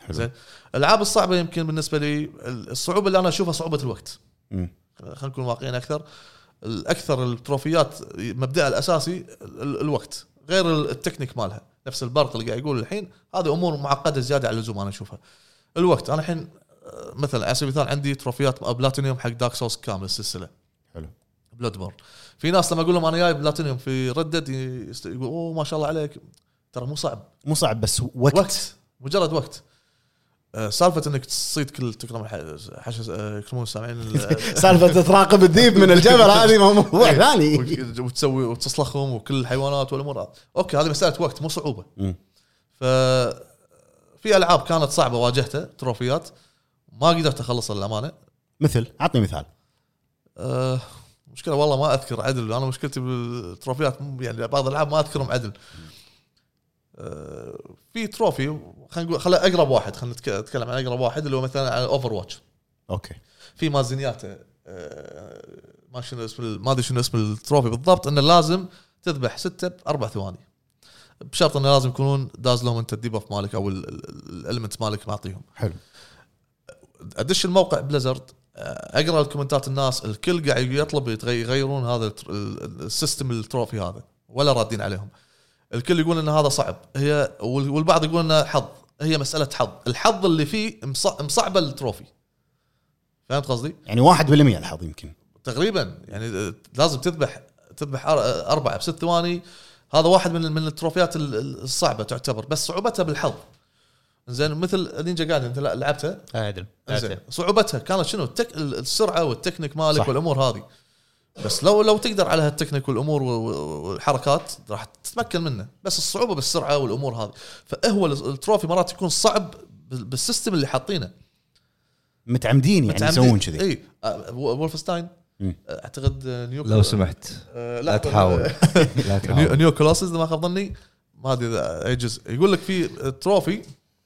زين الالعاب الصعبه يمكن بالنسبه لي الصعوبه اللي انا اشوفها صعوبه الوقت. مم. خلينا نكون واقعيين اكثر. الاكثر التروفيات مبدأها الاساسي الوقت، غير التكنيك مالها. نفس البرق اللي قاعد يقول الحين هذه امور معقده زياده على اللزوم. انا اشوفها الوقت. انا الحين مثلا على سبيل المثال عندي تروفيات بلاتينيوم حق دارك سورس كامل السلسله. حلو. بلود بور. في ناس لما اقول لهم انا جاي بلاتينيوم في ردد يقول اوه ما شاء الله عليك. ترى مو صعب، مو صعب بس وقت, وقت. مجرد وقت. أه سالفه انك تصيد كل تكرم حش يكرمون السامعين سالفه تراقب الذيب من الجبل هذه موضوع ثاني وتسوي وتصلخهم وكل الحيوانات والامور. اوكي هذه مساله وقت مو صعوبه. ف في العاب كانت صعبه واجهتها تروفيات ما قدرت اخلصها للامانه. مثل عطني مثال. أه مشكله والله ما اذكر عدل. انا مشكلتي بالتروفيات يعني بعض الالعاب ما اذكرهم عدل. أه في تروفي خلينا نقول خلينا اقرب واحد خلينا نتكلم عن اقرب واحد اللي هو مثلا على اوفر واتش. اوكي في مازنياته أه ما شنو اسم ما ادري شنو اسم التروفي بالضبط انه لازم تذبح ستة باربع ثواني بشرط انه لازم يكونون دازلهم انت الديباف مالك او الاليمنت مالك معطيهم. حلو. ادش الموقع بليزرد اقرا الكومنتات الناس الكل قاعد يطلب يغيرون هذا السيستم التروفي هذا ولا رادين عليهم. الكل يقول ان هذا صعب هي والبعض يقول انه حظ. هي مساله حظ. الحظ اللي فيه مصعبه التروفي. فهمت قصدي؟ يعني واحد بالمية الحظ يمكن تقريبا. يعني لازم تذبح تذبح أربعة بست ثواني. هذا واحد من من التروفيات الصعبه تعتبر بس صعوبتها بالحظ. زين مثل نينجا جاردن انت لعبتها عادل صعوبتها كانت شنو التك... السرعه والتكنيك مالك صح. والامور هذه. بس لو لو تقدر على هالتكنيك والامور والحركات راح تتمكن منه. بس الصعوبه بالسرعه والامور هذه. فهو التروفي مرات يكون صعب بالسيستم اللي حاطينه متعمدين يعني يسوون كذي. اي وولفستاين اعتقد نيو لو سمحت آه لا تحاول لا تحاول نيو كلاسز ما خاب ظني ما ادري اي جزء يقول لك في تروفي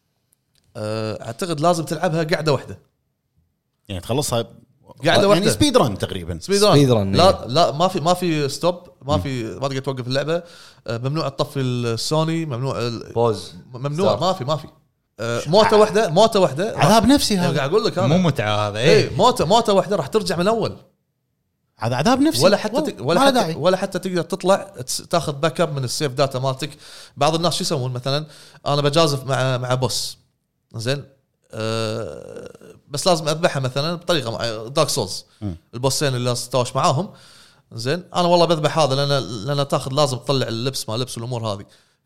اعتقد لازم تلعبها قاعده واحده يعني تخلصها قاعده واحده يعني سبيد رن تقريبا سبيد رن, سبيد رن لا لا ما في ما في ستوب ما في ما تقدر توقف اللعبه. ممنوع تطفي السوني ممنوع بوز ممنوع ما في ما في موته واحده موته واحده عذاب نفسي هذا. قاعد اقول لك مو متعه هذا. اي موته موته واحده راح ترجع من الاول. هذا عذاب نفسي ولا حتى تك... ولا حتى داعي. ولا حتى تقدر تطلع تاخذ باك اب من السيف داتا مالتك. بعض الناس شو يسوون مثلا انا بجازف مع مع بوس زين أه بس لازم اذبحها مثلا بطريقه دارك سولز البوسين اللي استوش معاهم زين انا والله بذبح هذا لان لان تاخذ لازم تطلع اللبس ما لبس والامور هذه.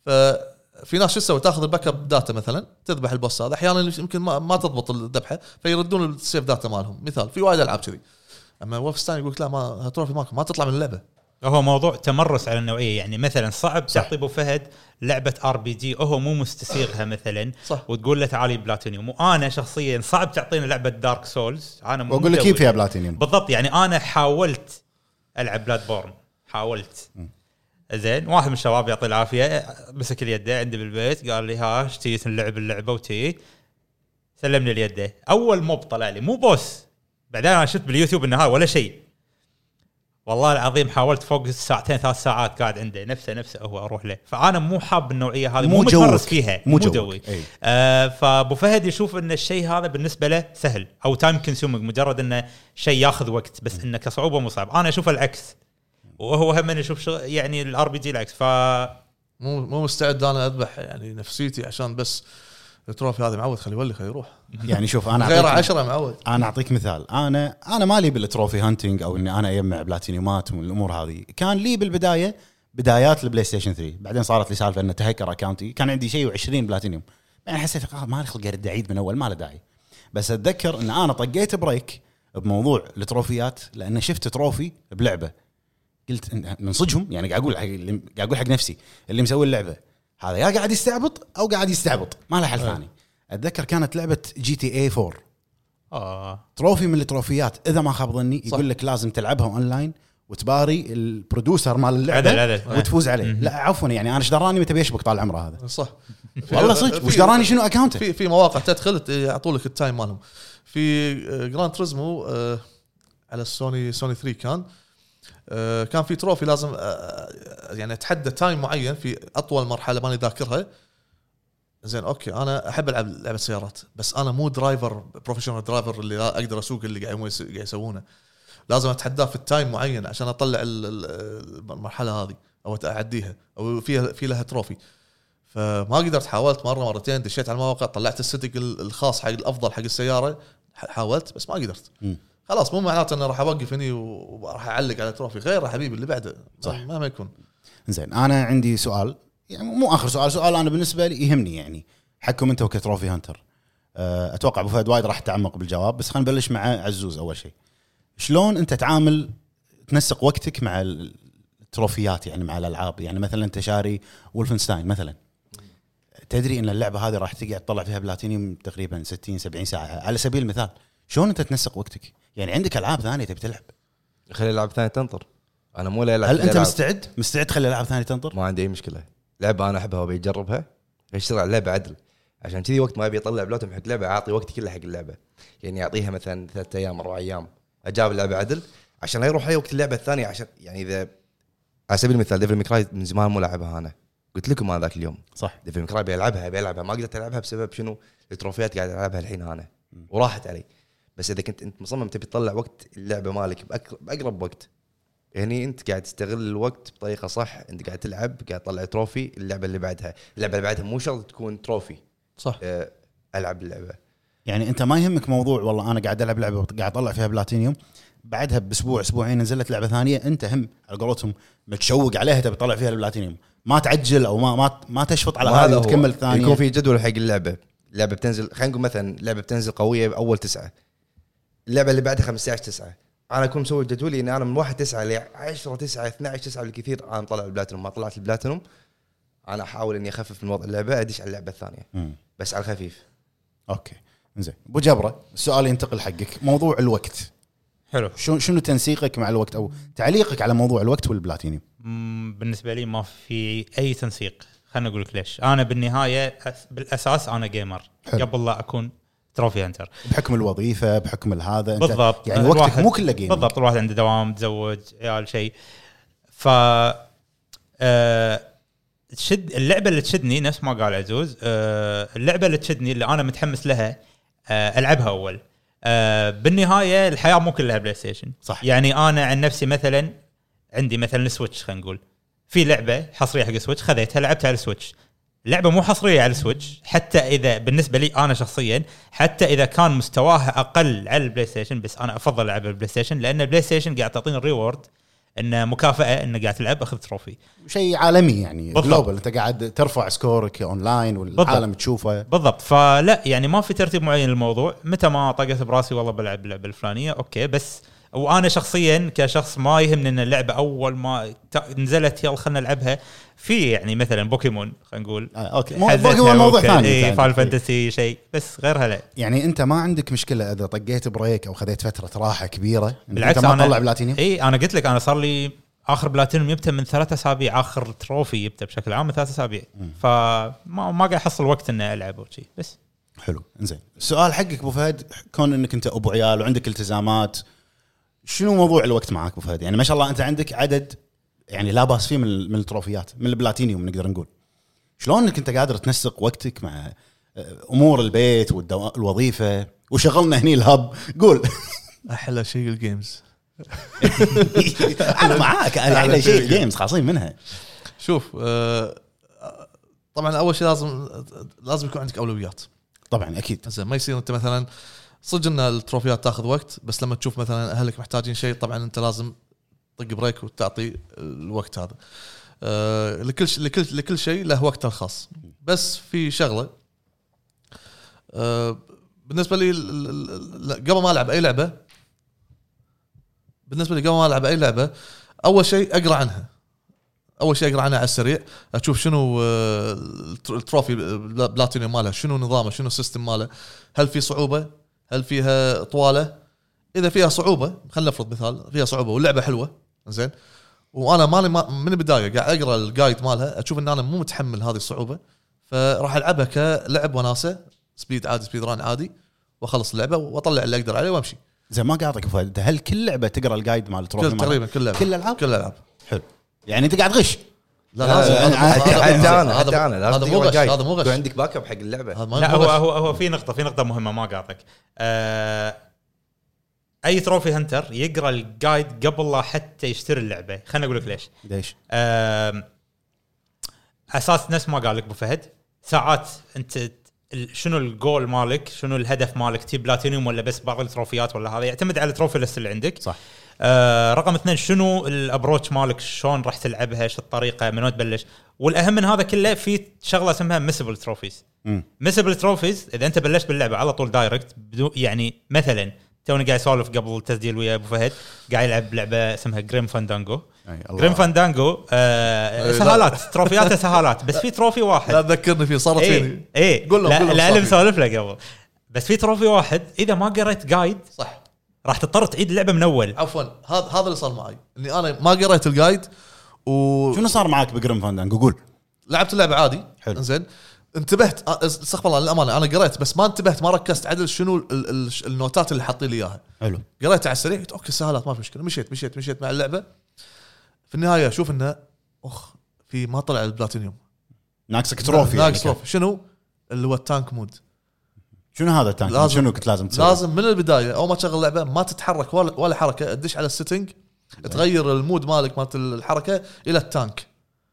ففي ناس شو تسوي تاخذ الباك اب داتا مثلا تذبح البوس هذا احيانا يمكن ما, ما تضبط الذبحه فيردون السيف داتا مالهم. مثال في وايد العاب كذي. اما وولفستاين يقول لك لا ما هتروفي ماكو ما تطلع من اللعبه. هو موضوع تمرس على النوعيه يعني مثلا صعب تعطي ابو فهد لعبه ار بي جي وهو مو مستسيغها مثلا صح. وتقول له تعالي بلاتينيوم. وانا شخصيا صعب تعطيني لعبه دارك سولز انا مو واقول لك كيف فيها بلاتينيوم بالضبط. يعني انا حاولت العب بلاد بورن حاولت م. زين واحد من الشباب يعطي العافيه مسك اليد عندي بالبيت قال لي ها اشتي نلعب اللعبه وتي سلمني اليد. اول موب طلع لي مو بوس بعدين انا شفت باليوتيوب انه هذا ولا شيء. والله العظيم حاولت فوق ساعتين ثلاث ساعات قاعد عنده نفسه نفسه هو اروح له. فانا مو حاب النوعيه هذه مو متمرس فيها مو جوي. آه فابو فهد يشوف ان الشيء هذا بالنسبه له سهل او تايم كونسيومينج مجرد انه شيء ياخذ وقت بس انه كصعوبه مو صعب. انا اشوف العكس وهو هم يشوف يعني الار بي جي العكس. ف مو مو مستعد انا اذبح يعني نفسيتي عشان بس التروفي هذا معود خلي يولي خلي يروح. يعني شوف انا غير عشرة معود. انا اعطيك مثال. انا انا مالي بالتروفي هانتينج او اني انا اجمع بلاتينيومات والامور هذه. كان لي بالبدايه بدايات البلاي ستيشن ثري بعدين صارت لي سالفه ان تهكر اكاونتي كان عندي شيء وعشرين بلاتينيوم. يعني حسيت اه ما لي خلق ارد اعيد من اول ما له داعي. بس اتذكر ان انا طقيت بريك بموضوع التروفيات لان شفت تروفي بلعبه قلت من صدقهم يعني قاعد اقول قاعد اقول حق نفسي اللي مسوي اللعبه هذا يا قاعد يستعبط او قاعد يستعبط ما له حل ثاني. اتذكر كانت لعبه جي تي اي فور اه تروفي من التروفيات اذا ما خاب ظني يقول لك لازم تلعبها اونلاين وتباري البرودوسر مال اللعبه عدل عدل. وتفوز عليه. لا عفوا يعني انا ايش دراني متى بيشبك طال عمره هذا صح والله صدق وش دراني شنو اكاونته. في في مواقع تدخل يعطوا لك التايم مالهم. في جراند تريزمو على السوني سوني ثري كان كان في تروفي لازم يعني اتحدى تايم معين في اطول مرحله ماني ذاكرها زين اوكي انا احب العب لعبه سيارات بس انا مو درايفر بروفيشنال درايفر اللي اقدر اسوق اللي قاعد قاعد يسوونه لازم اتحداه في التايم معين عشان اطلع المرحله هذه او اعديها او فيها في لها تروفي فما قدرت حاولت مره مرتين دشيت على المواقع طلعت السيتنج الخاص حق الافضل حق السياره حاولت بس ما قدرت م. خلاص مو معناته انه راح اوقف هني وراح اعلق على تروفي غير حبيبي اللي بعده صح ما ما يكون زين انا عندي سؤال يعني مو اخر سؤال سؤال انا بالنسبه لي يهمني يعني حكم انت وكتروفي هانتر اتوقع ابو فهد وايد راح تعمق بالجواب بس خلينا نبلش مع عزوز اول شيء شلون انت تعامل تنسق وقتك مع التروفيات يعني مع الالعاب يعني مثلا انت شاري وولفنستاين مثلا تدري ان اللعبه هذه راح تقعد تطلع فيها بلاتينيوم تقريبا ستين سبعين ساعه على سبيل المثال شلون انت تنسق وقتك يعني عندك العاب ثانيه تبي تلعب خلي العاب ثانيه تنطر انا مو لا هل انت مستعد مستعد تخلي العاب ثانيه تنطر ما عندي اي مشكله لعبه انا احبها وابي اجربها اشتغل على لعبه عدل عشان كذي وقت ما ابي اطلع بلاتهم حق لعبه اعطي وقتي كله حق اللعبه يعني اعطيها مثلا ثلاثة ايام اربع ايام اجاب اللعبه عدل عشان لا يروح علي وقت اللعبه الثانيه عشان يعني اذا على سبيل المثال ديفل ميكراي من زمان مو لعبها انا قلت لكم انا ذاك اليوم صح ديفل ميكراي بيلعبها بيلعبها ما قدرت العبها بسبب شنو التروفيات قاعد العبها الحين انا وراحت علي بس اذا كنت انت مصمم تبي تطلع وقت اللعبه مالك باقرب وقت يعني انت قاعد تستغل الوقت بطريقه صح انت قاعد تلعب قاعد تطلع تروفي اللعبه اللي بعدها اللعبه اللي بعدها مو شرط تكون تروفي صح أه العب اللعبه يعني انت ما يهمك موضوع والله انا قاعد العب لعبه قاعد اطلع فيها بلاتينيوم بعدها باسبوع اسبوعين نزلت لعبه ثانيه انت هم على قولتهم متشوق عليها تبي تطلع فيها البلاتينيوم ما تعجل او ما ما, ما تشفط على هذه وتكمل الثانيه يكون في جدول حق اللعبه اللعبه بتنزل خلينا نقول مثلا لعبه بتنزل قويه باول تسعة اللعبه اللي بعدها خمسة عشر تسعة انا اكون مسوي جدولي ان انا من واحد تسعة ل عشرة تسعة اثنا عشر تسعة بالكثير انا مطلع البلاتينوم ما طلعت البلاتينوم انا احاول اني اخفف من وضع اللعبه ادش على اللعبه الثانيه مم. بس على الخفيف اوكي زين ابو جبره السؤال ينتقل حقك موضوع الوقت حلو شو شنو تنسيقك مع الوقت او تعليقك على موضوع الوقت والبلاتينيوم مم، بالنسبه لي ما في اي تنسيق خلنا اقول لك ليش انا بالنهايه بالاساس انا جيمر حلو. قبل لا اكون تروفي هانتر بحكم الوظيفه بحكم هذا انت بالضبط يعني وقتك مو كله جيم بالضبط الواحد عنده دوام تزوج عيال شيء ف أه... تشد اللعبه اللي تشدني نفس ما قال عزوز أه... اللعبه اللي تشدني اللي انا متحمس لها أه... العبها اول أه... بالنهايه الحياه مو كلها بلاي ستيشن صح. يعني انا عن نفسي مثلا عندي مثلا سويتش خلينا نقول في لعبه حصريه حق سويتش خذيتها لعبتها على السويتش لعبه مو حصريه على السويتش حتى اذا بالنسبه لي انا شخصيا حتى اذا كان مستواها اقل على البلاي ستيشن بس انا افضل العب البلاي ستيشن لان البلاي ستيشن قاعد تعطيني الريورد ان مكافاه انه قاعد تلعب اخذ تروفي شيء عالمي يعني بالضبط. جلوبال انت قاعد ترفع سكورك اونلاين والعالم بالضبط. تشوفه بالضبط فلا يعني ما في ترتيب معين للموضوع متى ما طقت براسي والله بلعب اللعبه الفلانيه اوكي بس وانا شخصيا كشخص ما يهمني ان اللعبه اول ما نزلت يلا خلينا نلعبها في يعني مثلا بوكيمون خلينا نقول آه، اوكي بوكيمون موضوع ثاني اي فاينل فانتسي شيء بس غيرها لا يعني انت ما عندك مشكله اذا طقيت بريك او خذيت فتره راحه كبيره بالعكس انت ما أنا تطلع بلاتينيوم اي انا قلت لك انا صار لي اخر بلاتينيوم يبته من ثلاثة اسابيع اخر تروفي يبته بشكل عام من ثلاثة اسابيع فما ما قاعد احصل وقت اني العب او شيء بس حلو انزين السؤال حقك ابو فهد كون انك انت ابو عيال وعندك التزامات شنو موضوع الوقت معك ابو فهد يعني ما شاء الله انت عندك عدد يعني لا باس فيه من من التروفيات من البلاتينيوم نقدر نقول شلون انك انت قادر تنسق وقتك مع امور البيت والوظيفه وشغلنا هني الهب قول احلى شيء الجيمز انا معاك احلى شيء الجيمز خاصين منها شوف آه طبعا اول شيء لازم لازم يكون عندك اولويات طبعا اكيد زين ما يصير انت مثلا صدق ان التروفيات تاخذ وقت بس لما تشوف مثلا اهلك محتاجين شيء طبعا انت لازم طق بريك وتعطي الوقت هذا أه لكل لكل لكل شيء له وقته الخاص بس في شغله أه بالنسبه لي قبل ما العب اي لعبه بالنسبه لي قبل ما العب اي لعبه اول شيء اقرا عنها اول شيء اقرا عنها على السريع اشوف شنو التروفي بلاتينيوم ماله شنو نظامه شنو السيستم ماله هل في صعوبه هل فيها طواله اذا فيها صعوبه خلينا نفرض مثال فيها صعوبه واللعبه حلوه زين وانا مالي ما من البدايه قاعد اقرا الجايد مالها اشوف ان انا مو متحمل هذه الصعوبه فراح العبها كلعب وناسه سبيد عادي سبيد ران عادي واخلص اللعبه واطلع اللي اقدر عليه وامشي زين ما قاعدك فهد هل كل لعبه تقرا الجايد مال التروفي كل تقريبا كل لعبه كل الالعاب كل الالعاب حلو يعني انت قاعد غش لا لازم آه، هذا- حتى هذا- حتى هذا- انا حتى انا لازم هذا تقرا مو غش جايد. هذا مو غش يكون عندك باك اب حق اللعبه. هذا ما- لا مو هو غش. هو هو في نقطه في نقطه مهمه ما قاطعك. آه اي تروفي هنتر يقرا الجايد قبل لا حتى يشتري اللعبه. خليني اقول لك ليش. ليش؟ آه اساس نفس ما قال لك ابو فهد، ساعات انت ال- شنو الجول مالك، شنو الهدف مالك، تي بلاتينيوم ولا بس بعض التروفيات ولا هذا يعتمد على التروفي ليست اللي عندك. صح. آه رقم اثنين شنو الابروتش مالك، شلون راح تلعبها، شو الطريقه، من وين تبلش. والاهم من هذا كله في شغله اسمها ميسبل تروفيز. مم. ميسبل تروفيز اذا انت بلشت باللعبه على طول دايركت بدون يعني مثلا توني قاعد اسولف قبل التسجيل ويا ابو فهد قاعد يلعب لعبه اسمها جريم فاندانجو. جريم فاندانجو آه أي سهالات تروفياتها سهالات بس في تروفي واحد. لا تذكرني فيه صارت ايه فيني ايه قول لهم- قول لهم لا صار اللي فيه. مسولف له قبل بس في تروفي واحد اذا ما قريت جايد صح. راح تضطر تعيد اللعبه من اول. عفوا هذا هذا اللي صار معي اني انا ما قريت الجايد ولعبت شنو صار معك بجريم فاندانجو؟ قول. اللعبه عادي. حلو. زين انتبهت أ- استغفر الله للامانه انا قريت بس ما انتبهت ما ركزت عدل شنو ال- ال- النوتات اللي حاطين لي اياها. حلو. قريت على السريع قلت اوكي سهالات ما في مشكله مشيت مشيت مشيت مع اللعبه. في النهايه اشوف انه اخ في ما طلع البلاتينيوم ناقصك تروفي. يعني ناقص تروفي شنو اللي هو التانك مود. شنو هذا التانك؟ لازم- شنو كنت لازم تسوي؟ لازم من البدايه اول ما تشغل اللعبه ما تتحرك ولا ولا حركه تدش على السيتنج تغير المود مالك مالت الحركه الى التانك.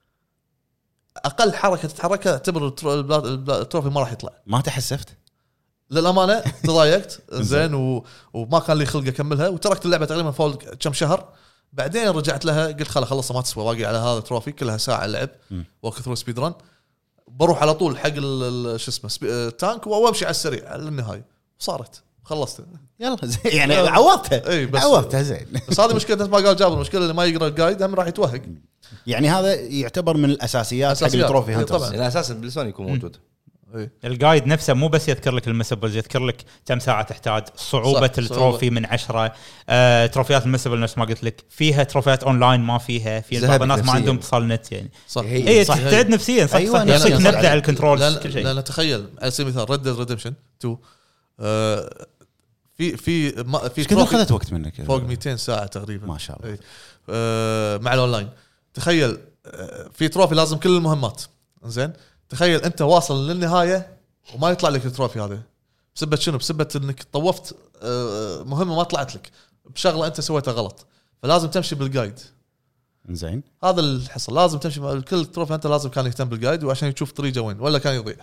اقل حركه تتحركها اعتبر الترو- البلا- البلا- التروفي ما راح يطلع. ما تحسفت؟ للامانه تضايقت زين و... وما كان لي خلق اكملها وتركت اللعبه تقريبا فوق كم شهر. بعدين رجعت لها قلت خلاص خلص ما تسوى باقي على هذا التروفي كلها ساعه لعب وقت ثرو سبيد رن بروح على طول حق ال- ال- شو اسمه سبي... التانك وامشي على السريع على النهايه صارت خلصت. يلا زين يعني عوضتها. اي بس عوضتها زين. بس هذه مشكله نفس ما قال جابر المشكله اللي ما يقرا الجايد هم راح يتوهق. يعني هذا يعتبر من الاساسيات حق أساسيات. التروفي إيه هانترز. طبعاً. لان اساسا بالسون يكون موجود. إيه. الجايد نفسه مو بس يذكر لك المسبلز يذكر لك كم ساعه تحتاج، صعوبه صح، التروفي صعوبة. من عشرة. آه، تروفيات المسبل نفس ما قلت لك فيها تروفيات اونلاين ما فيها، في ذهبت بعض الناس ما نفسياً. عندهم اتصال نت يعني. صح هي- اي صح. تعد نفسيا صح أيوة، صح نفسياً يعطيك صح. نبذه على الكنترول لان كل شيء. لان تخيل على سبيل المثال ريد ديد ريدمشن تو آه في في ما في ايش كثر تروفي اخذت وقت منك؟ فوق مئتين ساعه تقريبا ما شاء الله. إيه. آه مع الاونلاين تخيل آه في تروفي لازم كل المهمات زين. تخيل انت واصل للنهايه وما يطلع لك التروفي هذا بسبه شنو؟ بسبه انك طوفت آه مهمه ما طلعت لك بشغله انت سويتها غلط فلازم تمشي بالجايد. زين. هذا اللي حصل لازم تمشي مع كل تروفي انت لازم كان يهتم بالجايد وعشان يشوف طريقه وين ولا كان يضيع.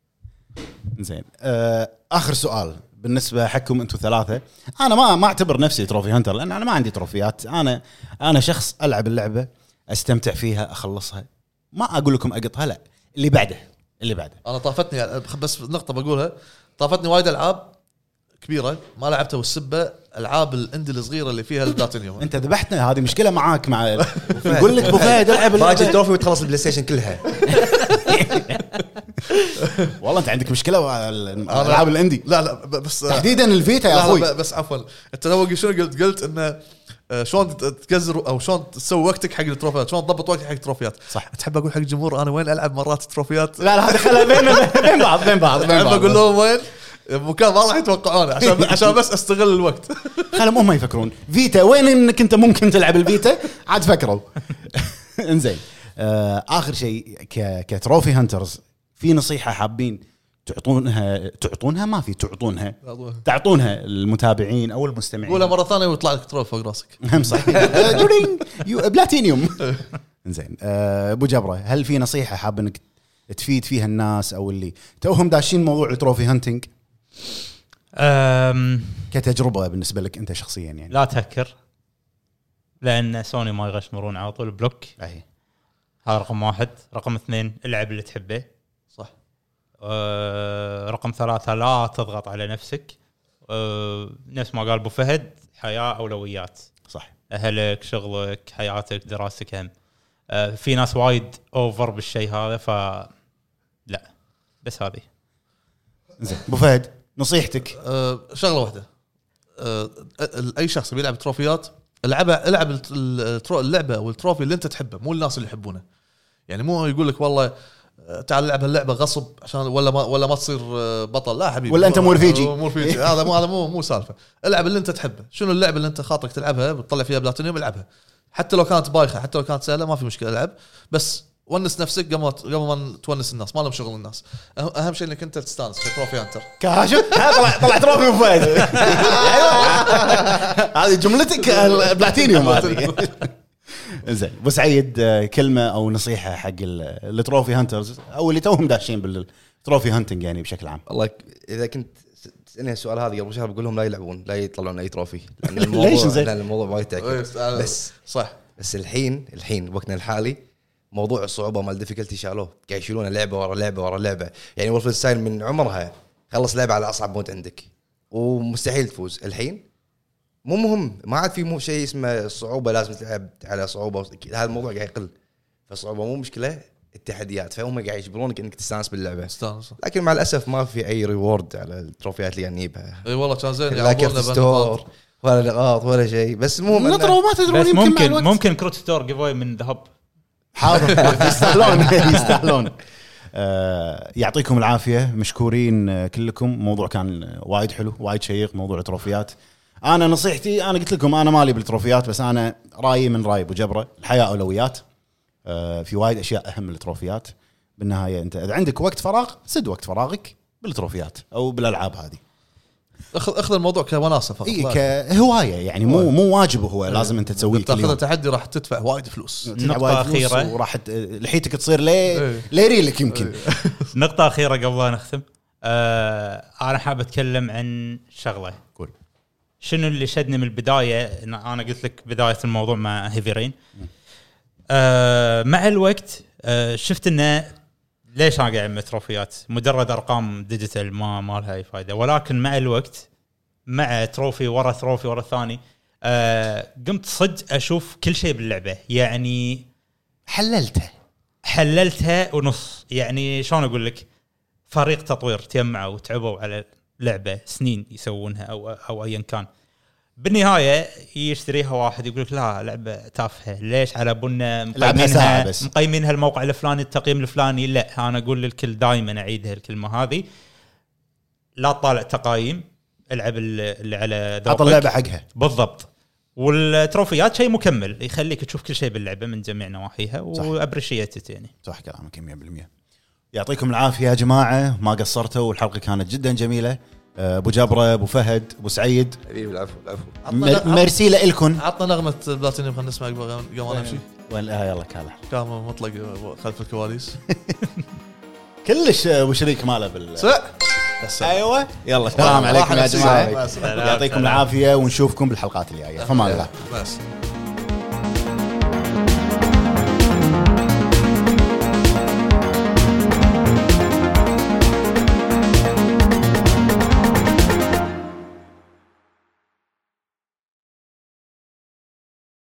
زين. آه اخر سؤال بالنسبه حقكم انتم ثلاثه. انا ما ما اعتبر نفسي تروفي هانتر لان انا ما عندي تروفيات. انا انا شخص العب اللعبه استمتع فيها اخلصها ما اقول لكم اقطها لا اللي بعده اللي بعده. انا طافتني بس نقطه بقولها طافتني وايد العاب كبيره ما لعبتها والسبه العاب الاندي الصغيره اللي فيها البلاتينيوم. انت ذبحتنا هذه مشكله معاك مع يقول لك ابو فهد العب باجي اللعبة. التروفي وتخلص البلاي ستيشن كلها. والله انت عندك مشكله مع الالعاب الاندي لا لا بس تحديدا الفيتا يا لا اخوي. لا بس عفوا انت تو شنو قلت قلت انه آه، شلون تكزر او شلون تسوي وقتك حق التروفيات شلون تضبط وقتك حق التروفيات. صح. تحب اقول حق الجمهور انا وين العب مرات تروفيات لا لا هذا خلها بين بين بعض بين بعض بين تحب بعض اقول لهم وين مكان ما راح يتوقعونه عشان عشان بس استغل الوقت. خلهم هم يفكرون فيتا وين انك انت ممكن تلعب الفيتا عاد فكروا. انزين. آه اخر شيء ك كتروفي هانترز في نصيحه حابين تعطونها تعطونها ما في تعطونها تعطونها المتابعين او المستمعين. قولها مره ثانيه ويطلع لك تروفي فوق راسك. هم صح. دورينج يو بلاتينيوم. انزين. آه، ابو جبره هل في نصيحه حاب انك تفيد فيها الناس او اللي توهم داشين موضوع التروفي هانتنج أم، كتجربه بالنسبه لك انت شخصيا يعني؟ لا تهكر لان سوني ما يغشمرون على طول بلوك. اي هذا رقم واحد. رقم اثنين العب اللي تحبه. صح. أه رقم ثلاثة لا تضغط على نفسك. أه نفس ما قال ابو فهد حياة اولويات. صح. اهلك شغلك حياتك دراستك هم. أه في ناس وايد اوفر بالشيء هذا ف لا بس هذه. زين ابو فهد نصيحتك. أه شغله واحده أه اي شخص بيلعب تروفيات العبها العب الترو- اللعبه والتروفي اللي انت تحبه مو الناس اللي يحبونه. يعني مو يقول لك والله آه، تعال العب هاللعبه غصب عشان ولا ما ولا ما تصير آه، بطل. لا حبيبي ولا أنت مو رفيجي. مو رفيجي. هذا مو هذا مو مو سالفه. العب اللي انت تحبه. شنو اللعبه اللي انت خاطرك تلعبها بتطلع فيها بلاتينيوم العبها حتى لو كانت بايخه حتى لو كانت سهله ما في مشكله العب بس ونس نفسك قبل ما قبل ما تونس الناس، ما لهم شغل الناس. أه- اهم شيء انك انت تستانس كتروفي هانتر. كاشف طلع طلع تروفي وفايد. هذه جملتك البلاتينيوم هذه. زين ابو سعيد، كلمه او نصيحه حق التروفي هانترز او اللي توهم داشين بالتروفي هانتنج يعني بشكل عام. والله اذا كنت تسالني السؤال هذا قبل شهر بقول لهم لا يلعبون، لا يطلعون اي تروفي، لان ليش الموضوع زين؟ لان الموضوع وايد تعقيد. بس صح. بس الحين الحين وقتنا الحالي موضوع الصعوبه مال الديفيكولتي شالوه، قاعد يشيلونه لعبه ورا لعبه ورا لعبه. يعني وولفنستاين من عمرها خلص لعبه على اصعب مود عندك ومستحيل تفوز. الحين مو مهم، ما عاد في مو شيء اسمه الصعوبه لازم تلعب على صعوبه، هذا الموضوع قاعد يقل. فالصعوبه مو مشكله، التحديات، فهم قاعد يجبرونك انك تستانس باللعبه. استانس. لكن مع الاسف ما في اي ريورد على التروفيات اللي قاعد نجيبها. اي والله كان زين لا كرت ستور ولا نقاط ولا شيء. بس المهم نطروا ما تدرون بس يمكن مع ممكن الوقت. ممكن كروت ستور جيف اواي من ذهب. حاضر يستاهلون يستاهلون. آه يعطيكم العافيه، مشكورين آه كلكم. موضوع كان وايد حلو وايد شيق، موضوع التروفيات. انا نصيحتي، انا قلت لكم انا مالي بالتروفيات، بس انا رايي من راي ابو جبره، الحياه اولويات. آه في وايد اشياء اهم من التروفيات. بالنهايه انت اذا عندك وقت فراغ سد وقت فراغك بالتروفيات او بالالعاب هذه. اخذ اخذ الموضوع كوناسه فقط. اي كهوايه يعني، مو مو واجب هو لازم انت تسويه كل تاخذ يوم. تحدي راح تدفع وايد فلوس. نقطة أخيرة. وراح لحيتك تصير ليه ليه ريلك يمكن. نقطة أخيرة قبل لا نختم. آه أنا حاب أتكلم عن شغلة. قول. شنو اللي شدني من البداية؟ أنا قلت لك بداية الموضوع مع هيفي رين. آه مع الوقت آه شفت إنه ليش أنا قاعد أعمل تروفيات مجرد أرقام ديجيتال ما ما لها أي فائدة. ولكن مع الوقت مع تروفي ورا تروفي ورا الثاني آه قمت صدق أشوف كل شيء باللعبة. يعني حللتها حللتها ونص. يعني شلون أقول لك، فريق تطوير تجمعوا وتعبوا على لعبة سنين يسوونها أو أو أيا كان، بالنهاية يشتريها واحد يقول لك لا لعبة تافهة، ليش على بنا مقيمينها مقيمينها الموقع الفلاني التقييم الفلاني. لا أنا أقول للكل دائما أعيدها الكلمة هذه، لا تطالع تقايم، العب اللي على ذوقك. عط اللعبة حقها بالضبط. والتروفيات شيء مكمل يخليك تشوف كل شيء باللعبة من جميع نواحيها وابريشيتت. يعني صح كلامك مية بالمية. يعطيكم العافية يا جماعة، ما قصرتوا والحلقة كانت جدا جميلة. ابو جبره، ابو فهد، ابو سعيد، حبيبي العفو العفو. ميرسي لكم. عطنا نغمه بلاتينيوم خلينا نسمع قبل ما نمشي. وين آه يلا كاله كان مطلق خلف الكواليس. كلش ابو شريك ماله بال صح بس ايوه. يلا السلام عليكم يا جماعه، يعطيكم العافيه ونشوفكم بالحلقات الجايه. فمان الله. بس